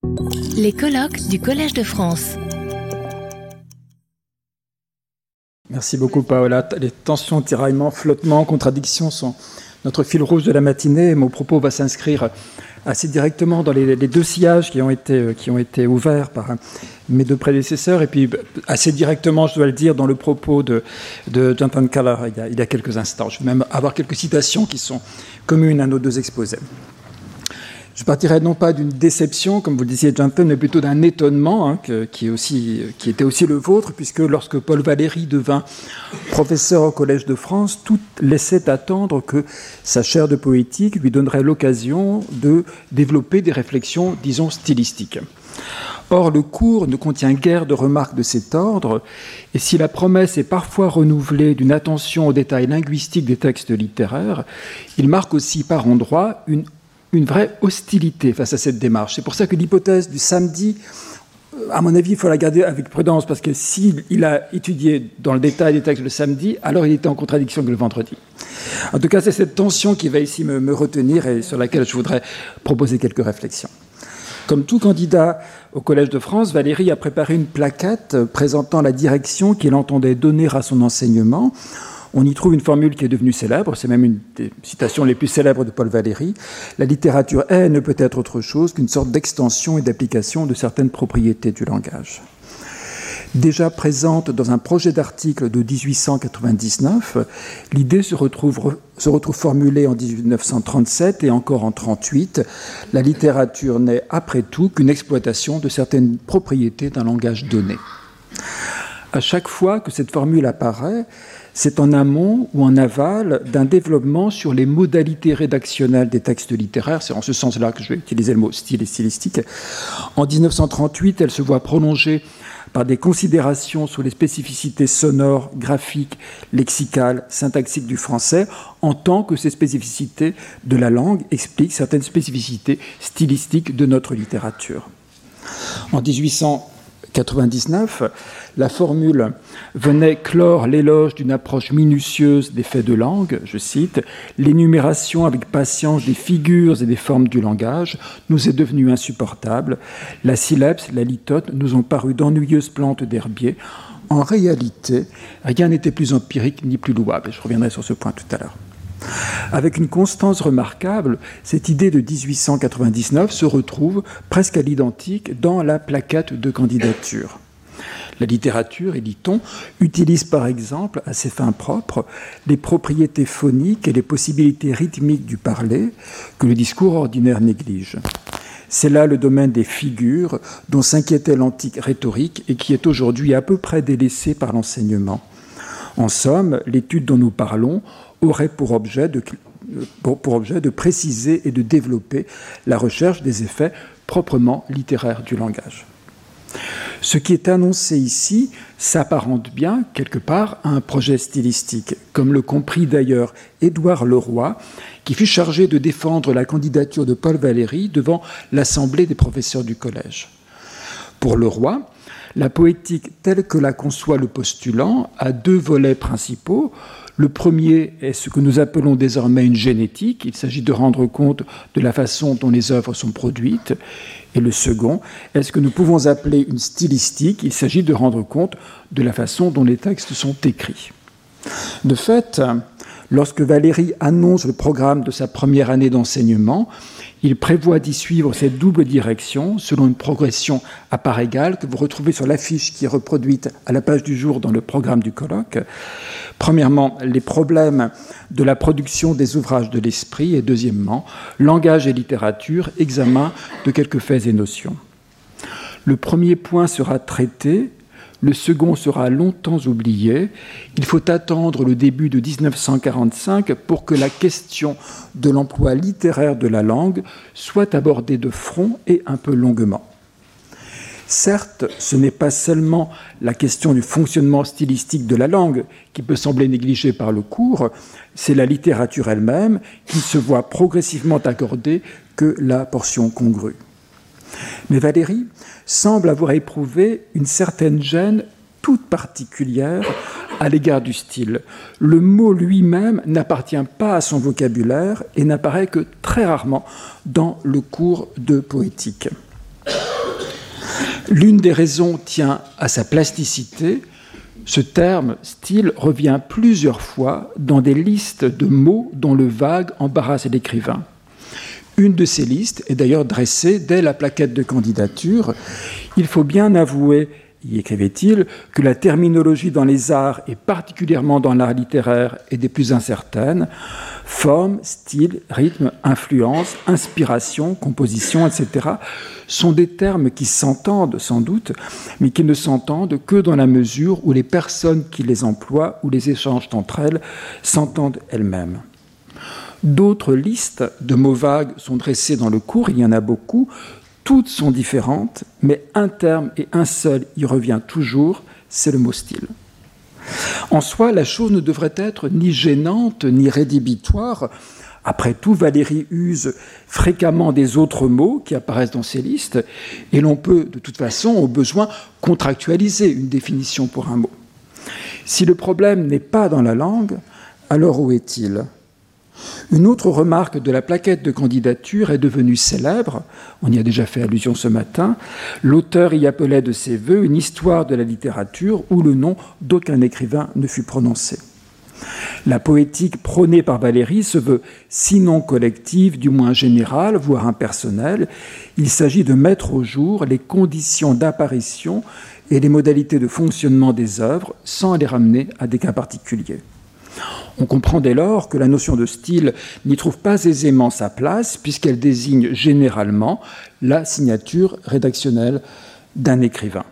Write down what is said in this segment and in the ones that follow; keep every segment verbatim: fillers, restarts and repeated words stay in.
Les colloques du Collège de France. Merci beaucoup, Paola. Les tensions, tiraillements, flottements, contradictions sont notre fil rouge de la matinée. Mon propos va s'inscrire assez directement dans les, les deux sillages qui ont été, qui ont été ouverts par mes deux prédécesseurs, et puis assez directement, je dois le dire, dans le propos de, de Jonathan Keller il y, a, il y a quelques instants. Je vais même avoir quelques citations qui sont communes à nos deux exposés. Je partirai non pas d'une déception, comme vous le disiez, Jonathan, mais plutôt d'un étonnement, hein, que, qui, est aussi, qui était aussi le vôtre, puisque lorsque Paul Valéry devint professeur au Collège de France, tout laissait attendre que sa chaire de poétique lui donnerait l'occasion de développer des réflexions, disons, stylistiques. Or, le cours ne contient guère de remarques de cet ordre, et si la promesse est parfois renouvelée d'une attention aux détails linguistiques des textes littéraires, il marque aussi par endroits une une vraie hostilité face à cette démarche. C'est pour ça que l'hypothèse du samedi, à mon avis, il faut la garder avec prudence, parce que s'il a étudié dans le détail des textes le samedi, alors il était en contradiction avec le vendredi. En tout cas, c'est cette tension qui va ici me, me retenir et sur laquelle je voudrais proposer quelques réflexions. Comme tout candidat au Collège de France, Valéry a préparé une plaquette présentant la direction qu'il entendait donner à son enseignement. On y trouve une formule qui est devenue célèbre, c'est même une des citations les plus célèbres de Paul Valéry. La littérature est et ne peut être autre chose qu'une sorte d'extension et d'application de certaines propriétés du langage. Déjà présente dans un projet d'article de dix-huit cent quatre-vingt-dix-neuf, l'idée se retrouve, se retrouve formulée en dix-huit cent trente-sept et encore en trente-huit. La littérature n'est après tout qu'une exploitation de certaines propriétés d'un langage donné. À chaque fois que cette formule apparaît, c'est en amont ou en aval d'un développement sur les modalités rédactionnelles des textes littéraires. C'est en ce sens-là que je vais utiliser le mot style et stylistique. En dix-neuf cent trente-huit, elle se voit prolongée par des considérations sur les spécificités sonores, graphiques, lexicales, syntaxiques du français, en tant que ces spécificités de la langue expliquent certaines spécificités stylistiques de notre littérature. En dix-huit cent quatre-vingt-dix-neuf, la formule venait clore l'éloge d'une approche minutieuse des faits de langue, je cite, « L'énumération avec patience des figures et des formes du langage nous est devenue insupportable. La syllabes, la litote nous ont paru d'ennuyeuses plantes d'herbier. En réalité, rien n'était plus empirique ni plus louable. » Je reviendrai sur ce point tout à l'heure. Avec une constance remarquable, cette idée de dix-huit cent quatre-vingt-dix-neuf se retrouve presque à l'identique dans la plaquette de candidature. La littérature, et dit-on, utilise par exemple, à ses fins propres, les propriétés phoniques et les possibilités rythmiques du parler que le discours ordinaire néglige. C'est là le domaine des figures dont s'inquiétait l'antique rhétorique et qui est aujourd'hui à peu près délaissé par l'enseignement. En somme, l'étude dont nous parlons aurait pour objet, de, pour, pour objet de préciser et de développer la recherche des effets proprement littéraires du langage. Ce qui est annoncé ici s'apparente bien, quelque part, à un projet stylistique, comme le comprit d'ailleurs Édouard Leroy, qui fut chargé de défendre la candidature de Paul Valéry devant l'Assemblée des professeurs du collège. Pour Leroy, la poétique telle que la conçoit le postulant a deux volets principaux. Le premier est ce que nous appelons désormais une génétique. Il s'agit de rendre compte de la façon dont les œuvres sont produites. Et le second est ce que nous pouvons appeler une stylistique. Il s'agit de rendre compte de la façon dont les textes sont écrits. De fait, lorsque Valéry annonce le programme de sa première année d'enseignement, il prévoit d'y suivre cette double direction selon une progression à part égale que vous retrouvez sur l'affiche qui est reproduite à la page du jour dans le programme du colloque. Premièrement, les problèmes de la production des ouvrages de l'esprit et deuxièmement, langage et littérature, examen de quelques faits et notions. Le premier point sera traité, le second sera longtemps oublié. Il faut attendre le début de dix-neuf cent quarante-cinq pour que la question de l'emploi littéraire de la langue soit abordée de front et un peu longuement. Certes, ce n'est pas seulement la question du fonctionnement stylistique de la langue qui peut sembler négligée par le cours, c'est la littérature elle-même qui se voit progressivement accorder que la portion congrue. Mais Valéry semble avoir éprouvé une certaine gêne toute particulière à l'égard du style. Le mot lui-même n'appartient pas à son vocabulaire et n'apparaît que très rarement dans le cours de poétique. L'une des raisons tient à sa plasticité. Ce terme « style » revient plusieurs fois dans des listes de mots dont le vague embarrasse l'écrivain. Une de ces listes est d'ailleurs dressée dès la plaquette de candidature. Il faut bien avouer, y écrivait-il, que la terminologie dans les arts, et particulièrement dans l'art littéraire, est des plus incertaines. Forme, style, rythme, influence, inspiration, composition, et cetera sont des termes qui s'entendent sans doute, mais qui ne s'entendent que dans la mesure où les personnes qui les emploient ou les échangent entre elles s'entendent elles-mêmes. D'autres listes de mots vagues sont dressées dans le cours, il y en a beaucoup. Toutes sont différentes, mais un terme et un seul y revient toujours, c'est le mot style. En soi, la chose ne devrait être ni gênante ni rédhibitoire. Après tout, Valéry use fréquemment des autres mots qui apparaissent dans ces listes, et l'on peut, de toute façon, au besoin, contractualiser une définition pour un mot. Si le problème n'est pas dans la langue, alors où est-il ? Une autre remarque de la plaquette de candidature est devenue célèbre, on y a déjà fait allusion ce matin. L'auteur y appelait de ses voeux une histoire de la littérature où le nom d'aucun écrivain ne fut prononcé. La poétique prônée par Valéry se veut sinon collective, du moins générale, voire impersonnelle. Il s'agit de mettre au jour les conditions d'apparition et les modalités de fonctionnement des œuvres sans les ramener à des cas particuliers. On comprend dès lors que la notion de style n'y trouve pas aisément sa place puisqu'elle désigne généralement la signature rédactionnelle d'un écrivain.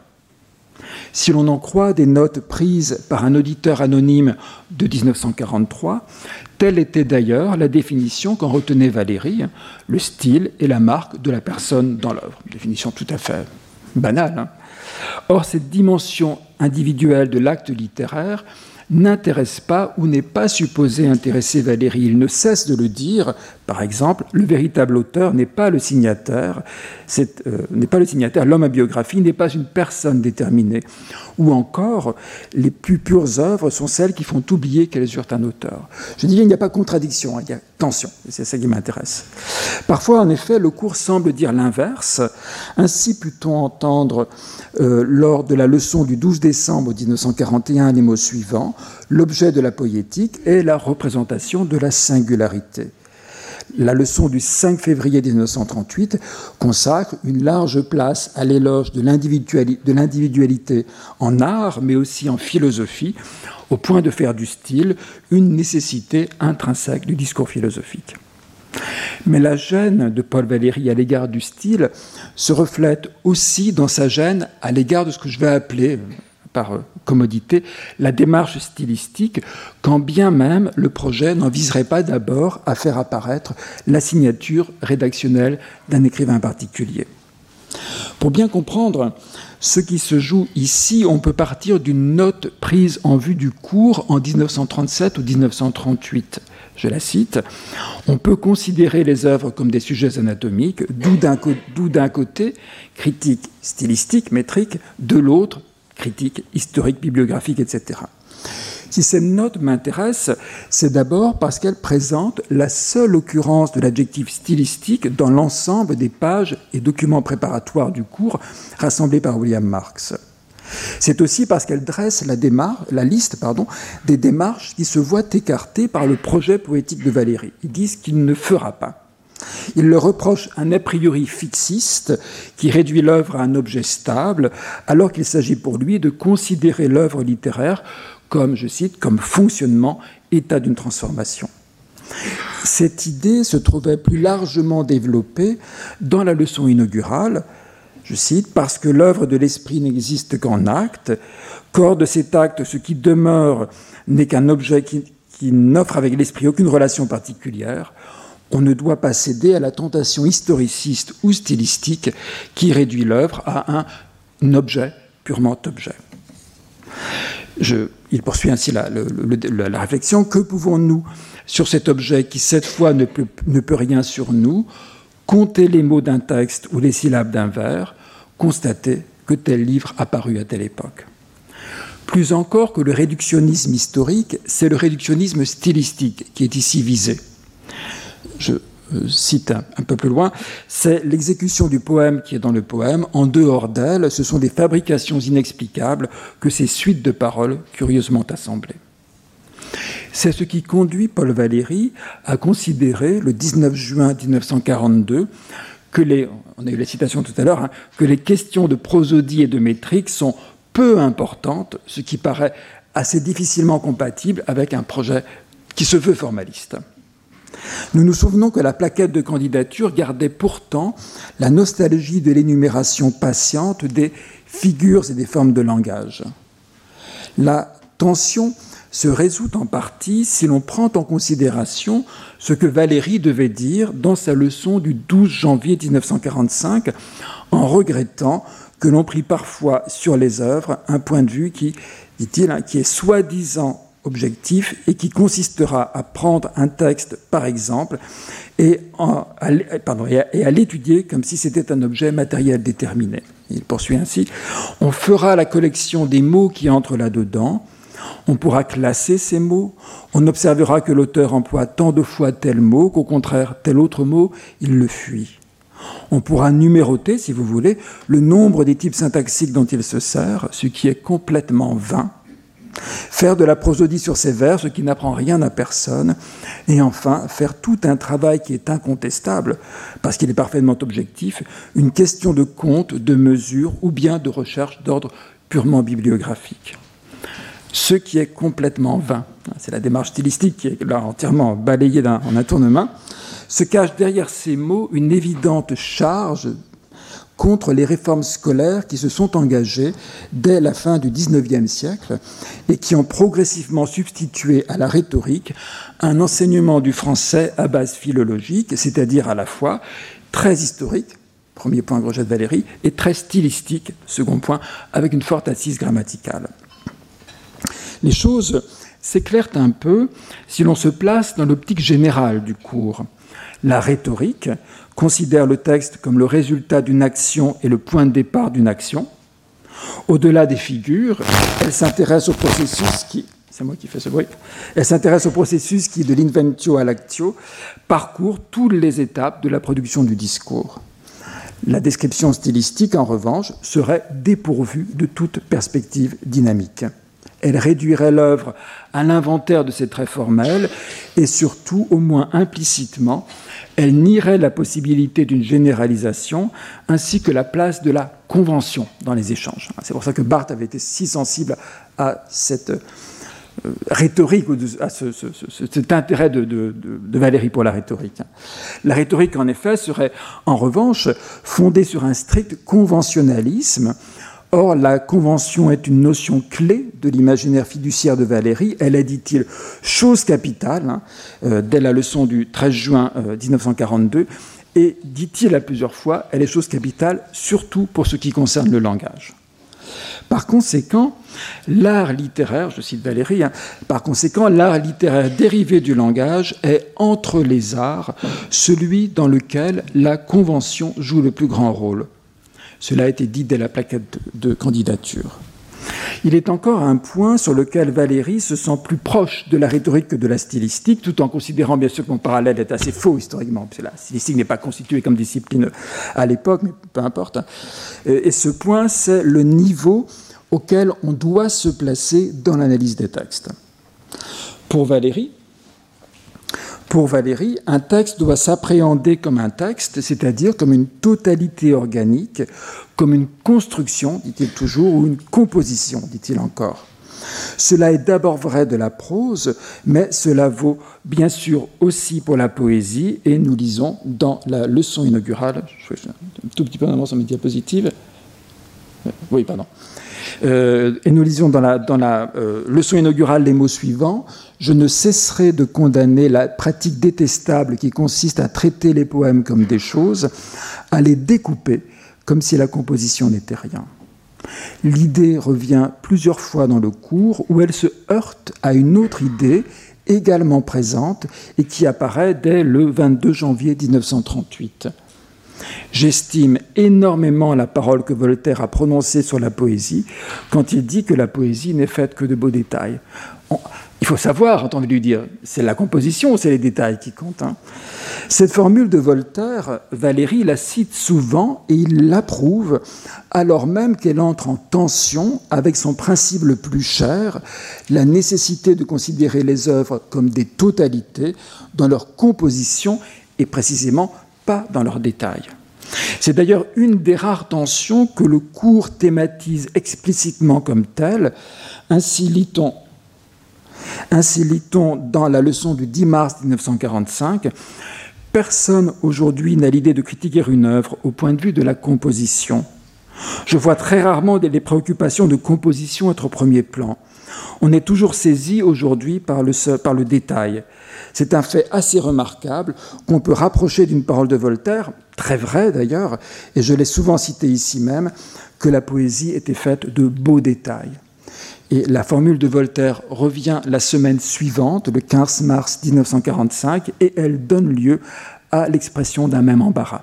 Si l'on en croit des notes prises par un auditeur anonyme de dix-neuf cent quarante-trois, telle était d'ailleurs la définition qu'en retenait Valéry. Le style est la marque de la personne dans l'œuvre. Définition tout à fait banale, hein. Or, cette dimension individuelle de l'acte littéraire n'intéresse pas ou n'est pas supposé intéresser Valéry. Il ne cesse de le dire. Par exemple, le véritable auteur n'est pas le signataire, c'est, euh, n'est pas le signataire, l'homme à biographie n'est pas une personne déterminée. Ou encore, les plus pures œuvres sont celles qui font oublier qu'elles eurent un auteur. Je dis, il n'y a pas contradiction, il y a tension, et c'est ça qui m'intéresse. Parfois, en effet, le cours semble dire l'inverse. Ainsi peut-on entendre, euh, lors de la leçon du douze décembre dix-neuf cent quarante et un, les mots suivants: l'objet de la poétique est la représentation de la singularité. La leçon du cinq février mille neuf cent trente-huit consacre une large place à l'éloge de l'individualité en art, mais aussi en philosophie, au point de faire du style une nécessité intrinsèque du discours philosophique. Mais la gêne de Paul Valéry à l'égard du style se reflète aussi dans sa gêne à l'égard de ce que je vais appeler, par commodité, la démarche stylistique, quand bien même le projet n'en viserait pas d'abord à faire apparaître la signature rédactionnelle d'un écrivain particulier. Pour bien comprendre ce qui se joue ici, on peut partir d'une note prise en vue du cours en dix-neuf cent trente-sept ou dix-neuf cent trente-huit. Je la cite: « On peut considérer les œuvres comme des sujets anatomiques, d'où d'un, co- d'où d'un côté critique stylistique, métrique, de l'autre critique historique, bibliographique, et cetera. Si cette note m'intéresse, c'est d'abord parce qu'elle présente la seule occurrence de l'adjectif stylistique dans l'ensemble des pages et documents préparatoires du cours rassemblés par William Marks. C'est aussi parce qu'elle dresse la, démarche, la liste pardon, des démarches qui se voient écartées par le projet poétique de Valéry. Ils disent qu'il ne fera pas. Il leur reproche un a priori fixiste qui réduit l'œuvre à un objet stable, alors qu'il s'agit pour lui de considérer l'œuvre littéraire comme, je cite, comme fonctionnement, état d'une transformation. Cette idée se trouvait plus largement développée dans la leçon inaugurale, je cite, « parce que l'œuvre de l'esprit n'existe qu'en acte, qu'hors de cet acte, ce qui demeure n'est qu'un objet qui, qui n'offre avec l'esprit aucune relation particulière. On ne doit pas céder à la tentation historiciste ou stylistique qui réduit l'œuvre à un, un objet, purement objet. » Je, il poursuit ainsi la, le, le, la réflexion. Que pouvons-nous, sur cet objet qui, cette fois, ne peut, ne peut rien sur nous, compter les mots d'un texte ou les syllabes d'un vers, constater que tel livre apparut à telle époque? Plus encore que le réductionnisme historique, c'est le réductionnisme stylistique qui est ici visé. Je euh, cite un, un peu plus loin, c'est l'exécution du poème qui est dans le poème. En dehors d'elle, ce sont des fabrications inexplicables que ces suites de paroles curieusement assemblées. C'est ce qui conduit Paul Valéry à considérer, le dix-neuf juin mille neuf cent quarante-deux, que les, on a eu la citation tout à l'heure, hein, que les questions de prosodie et de métrique sont peu importantes, ce qui paraît assez difficilement compatible avec un projet qui se veut formaliste. Nous nous souvenons que la plaquette de candidature gardait pourtant la nostalgie de l'énumération patiente des figures et des formes de langage. La tension se résout en partie si l'on prend en considération ce que Valéry devait dire dans sa leçon du douze janvier mille neuf cent quarante-cinq, en regrettant que l'on prit parfois sur les œuvres un point de vue qui, dit-il, hein, qui est soi-disant objectif et qui consistera à prendre un texte, par exemple, et, en, à, pardon, et, à, et à l'étudier comme si c'était un objet matériel déterminé. Il poursuit ainsi. On fera la collection des mots qui entrent là-dedans. On pourra classer ces mots. On observera que l'auteur emploie tant de fois tel mot qu'au contraire, tel autre mot, il le fuit. On pourra numéroter, si vous voulez, le nombre des types syntaxiques dont il se sert, ce qui est complètement vain. Faire de la prosodie sur ces vers, ce qui n'apprend rien à personne. Et enfin, faire tout un travail qui est incontestable, parce qu'il est parfaitement objectif, une question de compte, de mesure ou bien de recherche d'ordre purement bibliographique. Ce qui est complètement vain, c'est la démarche stylistique qui est là entièrement balayée d'un, en un tournement, se cache derrière ces mots une évidente charge contre les réformes scolaires qui se sont engagées dès la fin du dix-neuvième siècle et qui ont progressivement substitué à la rhétorique un enseignement du français à base philologique, c'est-à-dire à la fois très historique, premier point Grosjet de Valéry, et très stylistique, second point, avec une forte assise grammaticale. Les choses s'éclairent un peu si l'on se place dans l'optique générale du cours. La rhétorique considère le texte comme le résultat d'une action et le point de départ d'une action. Au-delà des figures, elle s'intéresse au processus qui... C'est moi qui fais ce bruit. Elle s'intéresse au processus qui, de l'inventio à l'actio, parcourt toutes les étapes de la production du discours. La description stylistique, en revanche, serait dépourvue de toute perspective dynamique. Elle réduirait l'œuvre à l'inventaire de ses traits formels et surtout, au moins implicitement, elle nierait la possibilité d'une généralisation ainsi que la place de la convention dans les échanges. C'est pour ça que Barthes avait été si sensible à cette euh, rhétorique, à ce, ce, ce, cet intérêt de, de, de Valéry pour la rhétorique. La rhétorique, en effet, serait en revanche fondée sur un strict conventionnalisme. Or, la convention est une notion clé de l'imaginaire fiduciaire de Valéry. Elle est, dit-il, chose capitale, hein, euh, dès la leçon du treize juin euh, mille neuf cent quarante-deux, et, dit-il à plusieurs fois, elle est chose capitale, surtout pour ce qui concerne le langage. Par conséquent, l'art littéraire, je cite Valéry, hein, par conséquent, l'art littéraire dérivé du langage est, entre les arts, celui dans lequel la convention joue le plus grand rôle. Cela a été dit dès la plaquette de candidature. Il est encore un point sur lequel Valéry se sent plus proche de la rhétorique que de la stylistique, tout en considérant bien sûr que mon parallèle est assez faux historiquement, parce que la stylistique n'est pas constituée comme discipline à l'époque, mais peu importe. Et ce point, c'est le niveau auquel on doit se placer dans l'analyse des textes. Pour Valéry, Pour Valéry, un texte doit s'appréhender comme un texte, c'est-à-dire comme une totalité organique, comme une construction, dit-il toujours, ou une composition, dit-il encore. Cela est d'abord vrai de la prose, mais cela vaut bien sûr aussi pour la poésie, et nous lisons dans la leçon inaugurale, je suis un tout petit peu en avance sur mes diapositives, oui, pardon. Euh, et nous lisions dans la, dans la euh, leçon inaugurale les mots suivants. « Je ne cesserai de condamner la pratique détestable qui consiste à traiter les poèmes comme des choses, à les découper comme si la composition n'était rien. » L'idée revient plusieurs fois dans le cours où elle se heurte à une autre idée également présente et qui apparaît dès le vingt-deux janvier mille neuf cent trente-huit. J'estime énormément la parole que Voltaire a prononcée sur la poésie quand il dit que la poésie n'est faite que de beaux détails. On, Il faut savoir, on a envie de lui dire, c'est la composition, c'est les détails qui comptent. Hein. Cette formule de Voltaire, Valéry la cite souvent et il l'approuve, alors même qu'elle entre en tension avec son principe le plus cher, la nécessité de considérer les œuvres comme des totalités dans leur composition et précisément pas dans leurs détails. C'est d'ailleurs une des rares tensions que le cours thématise explicitement comme telle. Ainsi lit-on Ainsi lit-on dans la leçon du dix mars mille neuf cent quarante-cinq, « Personne aujourd'hui n'a l'idée de critiquer une œuvre au point de vue de la composition. Je vois très rarement des préoccupations de composition être au premier plan. On est toujours saisi aujourd'hui par le, par le détail. C'est un fait assez remarquable qu'on peut rapprocher d'une parole de Voltaire, très vraie d'ailleurs, et je l'ai souvent cité ici même, que la poésie était faite de beaux détails. » Et la formule de Voltaire revient la semaine suivante, le quinze mars mille neuf cent quarante-cinq, et elle donne lieu à l'expression d'un même embarras.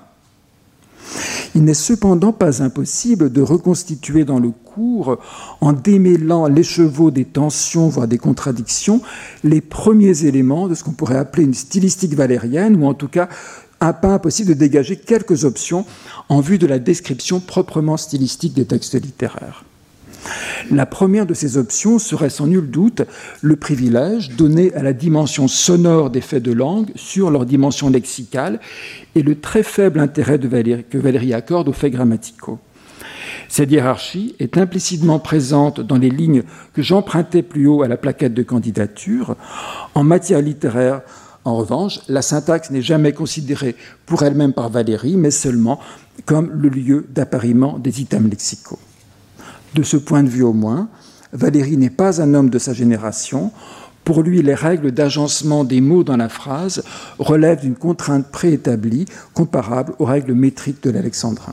Il n'est cependant pas impossible de reconstituer dans le cours, en démêlant l'écheveau des tensions, voire des contradictions, les premiers éléments de ce qu'on pourrait appeler une stylistique valérienne, ou en tout cas, un pas impossible de dégager quelques options en vue de la description proprement stylistique des textes littéraires. La première de ces options serait sans nul doute le privilège donné à la dimension sonore des faits de langue sur leur dimension lexicale et le très faible intérêt de Valéry, que Valéry accorde aux faits grammaticaux. Cette hiérarchie est implicitement présente dans les lignes que j'empruntais plus haut à la plaquette de candidature. En matière littéraire, en revanche, la syntaxe n'est jamais considérée pour elle-même par Valéry, mais seulement comme le lieu d'appariement des items lexicaux. De ce point de vue au moins, Valéry n'est pas un homme de sa génération. Pour lui, les règles d'agencement des mots dans la phrase relèvent d'une contrainte préétablie comparable aux règles métriques de l'alexandrin.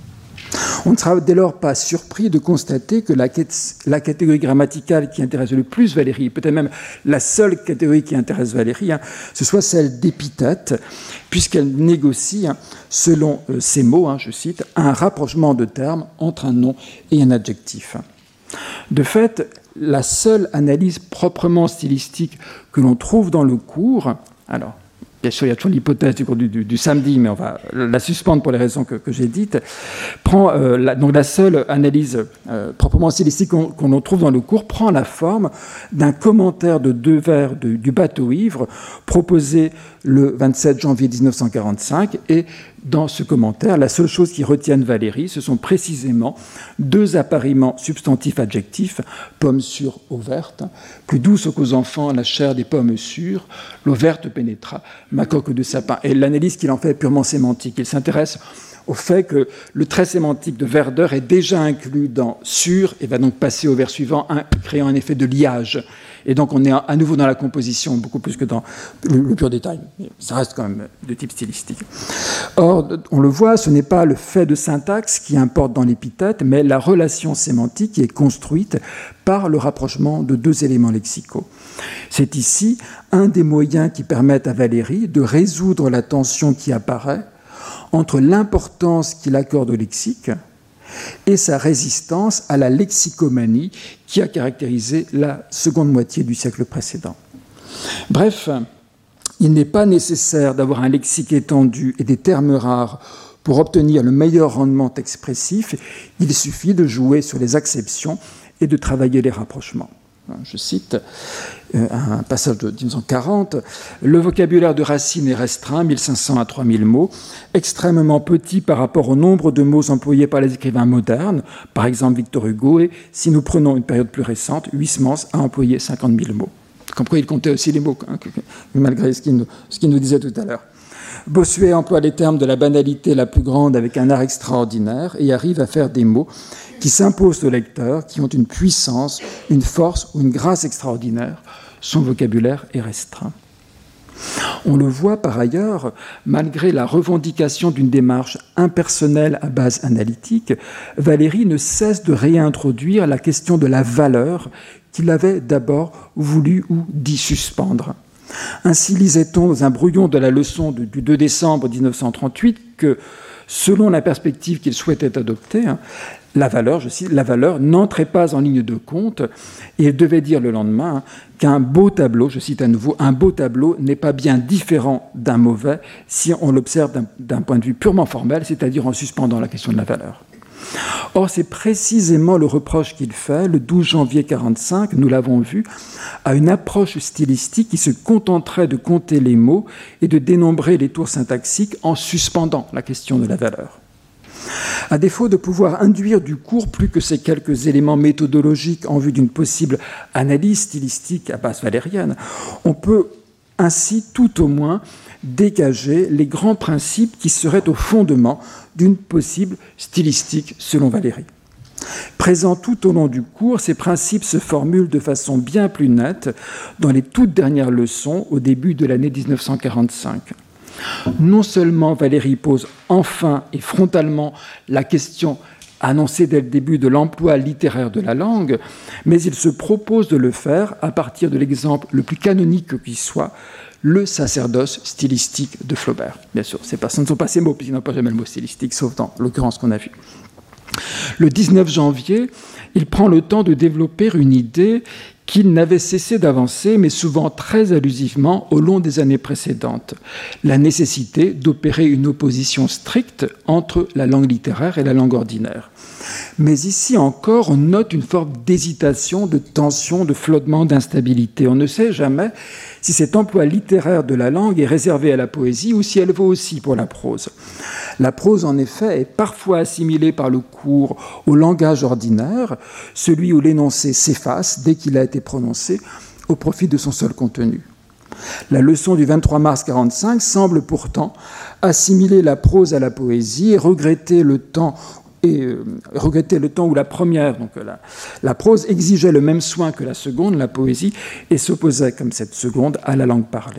On ne sera dès lors pas surpris de constater que la, la catégorie grammaticale qui intéresse le plus Valéry, peut-être même la seule catégorie qui intéresse Valéry, hein, ce soit celle d'épithète, puisqu'elle négocie, hein, selon euh, ces mots, hein, je cite, un rapprochement de termes entre un nom et un adjectif. De fait, la seule analyse proprement stylistique que l'on trouve dans le cours, alors, bien sûr, il y a toujours l'hypothèse du cours du, du, du samedi, mais on va la suspendre pour les raisons que, que j'ai dites. Prend, euh, la, donc la seule analyse euh, proprement stylistique qu'on, qu'on trouve dans le cours prend la forme d'un commentaire de deux vers de, du bateau ivre proposé le vingt-sept janvier mille neuf cent quarante-cinq. Et dans ce commentaire, la seule chose qui retienne Valéry, ce sont précisément deux appariements substantifs-adjectifs, pomme sûre, eau verte, plus douce qu'aux enfants la chair des pommes sûres, l'eau verte pénétra, ma coque de sapin. Et l'analyse qu'il en fait est purement sémantique. Il s'intéresse au fait que le trait sémantique de verdeur est déjà inclus dans sûr et va donc passer au vers suivant, un, créant un effet de liage. Et donc on est à nouveau dans la composition, beaucoup plus que dans le, le pur détail. Mais ça reste quand même de type stylistique. Or, on le voit, ce n'est pas le fait de syntaxe qui importe dans l'épithète, mais la relation sémantique qui est construite par le rapprochement de deux éléments lexicaux. C'est ici un des moyens qui permettent à Valéry de résoudre la tension qui apparaît entre l'importance qu'il accorde au lexique et sa résistance à la lexicomanie qui a caractérisé la seconde moitié du siècle précédent. Bref, il n'est pas nécessaire d'avoir un lexique étendu et des termes rares pour obtenir le meilleur rendement expressif. Il suffit de jouer sur les acceptions et de travailler les rapprochements. Je cite un passage de mille neuf cent quarante. « Le vocabulaire de Racine est restreint, mille cinq cents à trois mille mots, extrêmement petit par rapport au nombre de mots employés par les écrivains modernes, par exemple Victor Hugo, et si nous prenons une période plus récente, Huysmans a employé cinquante mille mots. » Comme quoi il comptait aussi les mots, hein, malgré ce qu'il nous, ce qu'il nous disait tout à l'heure. Bossuet emploie les termes de la banalité la plus grande avec un art extraordinaire et arrive à faire des mots qui s'imposent au lecteur, qui ont une puissance, une force ou une grâce extraordinaire. Son vocabulaire est restreint. On le voit par ailleurs, malgré la revendication d'une démarche impersonnelle à base analytique, Valéry ne cesse de réintroduire la question de la valeur qu'il avait d'abord voulu ou dit suspendre. Ainsi lisait-on dans un brouillon de la leçon du deux décembre mille neuf cent trente-huit que Selon la perspective qu'il souhaitait adopter, hein, la valeur, je cite, la valeur n'entrait pas en ligne de compte et il devait dire le lendemain hein, qu'un beau tableau, je cite à nouveau, un beau tableau n'est pas bien différent d'un mauvais si on l'observe d'un, d'un point de vue purement formel, c'est-à-dire en suspendant la question de la valeur. Or, c'est précisément le reproche qu'il fait, le douze janvier mille neuf cent quarante-cinq, nous l'avons vu, à une approche stylistique qui se contenterait de compter les mots et de dénombrer les tours syntaxiques en suspendant la question de la valeur. À défaut de pouvoir induire du cours plus que ces quelques éléments méthodologiques en vue d'une possible analyse stylistique à base valérienne, on peut ainsi tout au moins dégager les grands principes qui seraient au fondement d'une possible stylistique selon Valéry. Présents tout au long du cours, ces principes se formulent de façon bien plus nette dans les toutes dernières leçons au début de l'année dix-neuf cent quarante-cinq. Non seulement Valéry pose enfin et frontalement la question annoncée dès le début de l'emploi littéraire de la langue, mais il se propose de le faire à partir de l'exemple le plus canonique qui soit, le sacerdoce stylistique de Flaubert. Bien sûr, c'est pas, ce ne sont pas ces mots, puisqu'il n'a pas jamais le mot stylistique, sauf dans l'occurrence qu'on a vue. Le dix-neuf janvier, il prend le temps de développer une idée qu'il n'avait cessé d'avancer, mais souvent très allusivement au long des années précédentes, la nécessité d'opérer une opposition stricte entre la langue littéraire et la langue ordinaire. Mais ici encore, on note une forme d'hésitation, de tension, de flottement, d'instabilité. On ne sait jamais si cet emploi littéraire de la langue est réservé à la poésie ou si elle vaut aussi pour la prose. La prose, en effet, est parfois assimilée par le cours au langage ordinaire, celui où l'énoncé s'efface dès qu'il a été prononcé au profit de son seul contenu. La leçon du vingt-trois mars mille neuf cent quarante-cinq semble pourtant assimiler la prose à la poésie et regretter le temps et euh, regretter le temps où la première, donc la, la prose, exigeait le même soin que la seconde, la poésie, et s'opposait, comme cette seconde, à la langue parlée.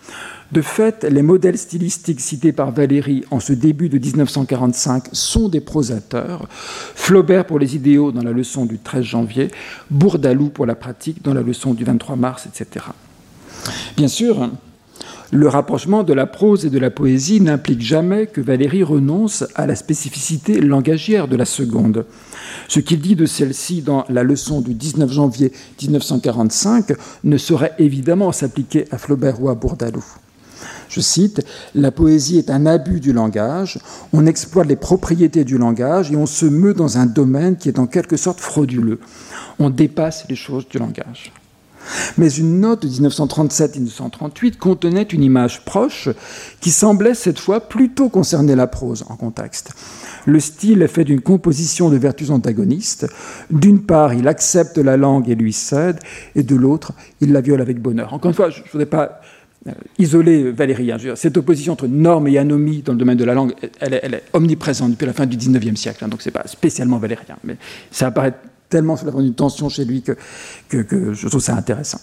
De fait, les modèles stylistiques cités par Valéry en ce début de dix-neuf cent quarante-cinq sont des prosateurs, Flaubert pour les idéaux dans la leçon du treize janvier, Bourdaloue pour la pratique dans la leçon du vingt-trois mars, et cetera. Bien sûr, le rapprochement de la prose et de la poésie n'implique jamais que Valéry renonce à la spécificité langagière de la seconde. Ce qu'il dit de celle-ci dans la leçon du dix-neuf janvier dix-neuf cent quarante-cinq ne saurait évidemment s'appliquer à Flaubert ou à Bourdaloue. Je cite, « La poésie est un abus du langage, on exploite les propriétés du langage et on se meut dans un domaine qui est en quelque sorte frauduleux. On dépasse les choses du langage. » Mais une note de dix-neuf cent trente-sept dix-neuf cent trente-huit contenait une image proche qui semblait cette fois plutôt concerner la prose en contexte. Le style est fait d'une composition de vertus antagonistes. D'une part, il accepte la langue et lui cède, et de l'autre, il la viole avec bonheur. Encore une fois, je ne voudrais pas isoler Valéry. Hein. Cette opposition entre norme et anomie dans le domaine de la langue, elle est, elle est omniprésente depuis la fin du dix-neuvième siècle, hein, donc ce n'est pas spécialement valérien. Mais ça apparaît tellement sur la forme d'une tension chez lui que, que, que je trouve ça intéressant.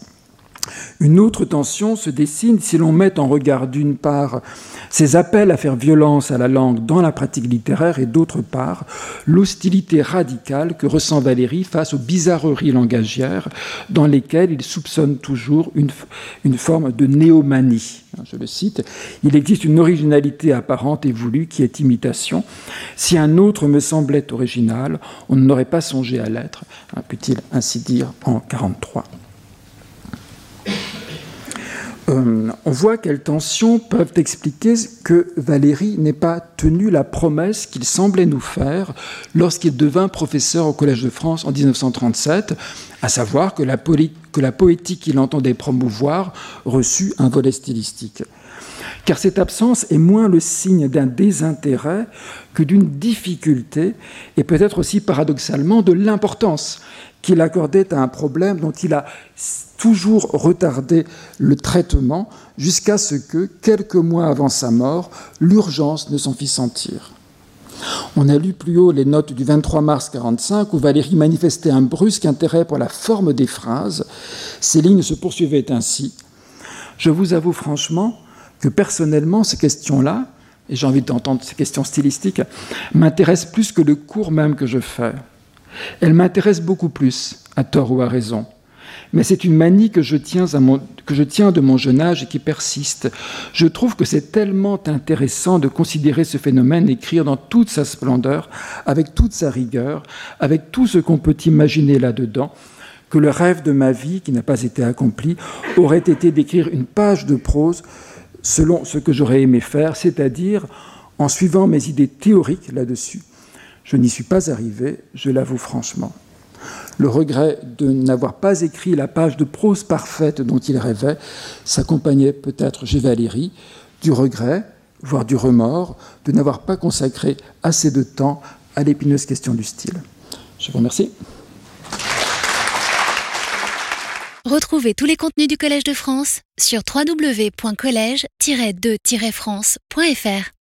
Une autre tension se dessine si l'on met en regard d'une part ses appels à faire violence à la langue dans la pratique littéraire et d'autre part l'hostilité radicale que ressent Valéry face aux bizarreries langagières dans lesquelles il soupçonne toujours une, une forme de néomanie. Je le cite, « Il existe une originalité apparente et voulue qui est imitation. Si un autre me semblait original, on n'aurait pas songé à l'être, hein, peut-il ainsi dire en mille neuf cent quarante-trois. Euh, on voit quelles tensions peuvent expliquer que Valéry n'ait pas tenu la promesse qu'il semblait nous faire lorsqu'il devint professeur au Collège de France en dix-neuf cent trente-sept, à savoir que la, poly- que la poétique qu'il entendait promouvoir reçut un volet stylistique. Car cette absence est moins le signe d'un désintérêt que d'une difficulté et peut-être aussi paradoxalement de l'importance qu'il accordait à un problème dont il a toujours retardé le traitement jusqu'à ce que, quelques mois avant sa mort, l'urgence ne s'en fit sentir. On a lu plus haut les notes du vingt-trois mars mille neuf cent quarante-cinq où Valéry manifestait un brusque intérêt pour la forme des phrases. Ces lignes se poursuivaient ainsi. « Je vous avoue franchement que personnellement, ces questions-là, et j'ai envie d'entendre ces questions stylistiques, m'intéressent plus que le cours même que je fais. Elles m'intéressent beaucoup plus, à tort ou à raison. mais c'est une manie que je tiens, à mon, que je tiens de mon jeune âge et qui persiste. Je trouve que c'est tellement intéressant de considérer ce phénomène, écrire dans toute sa splendeur, avec toute sa rigueur, avec tout ce qu'on peut imaginer là-dedans, que le rêve de ma vie, qui n'a pas été accompli, aurait été d'écrire une page de prose selon ce que j'aurais aimé faire, c'est-à-dire en suivant mes idées théoriques là-dessus. Je n'y suis pas arrivé, je l'avoue franchement. Le regret de n'avoir pas écrit la page de prose parfaite dont il rêvait s'accompagnait peut-être, j'ai Valérie, du regret, voire du remords, de n'avoir pas consacré assez de temps à l'épineuse question du style. Je vous remercie. Retrouvez tous les contenus du Collège de France sur w w w point collège tiret de tiret france point f r.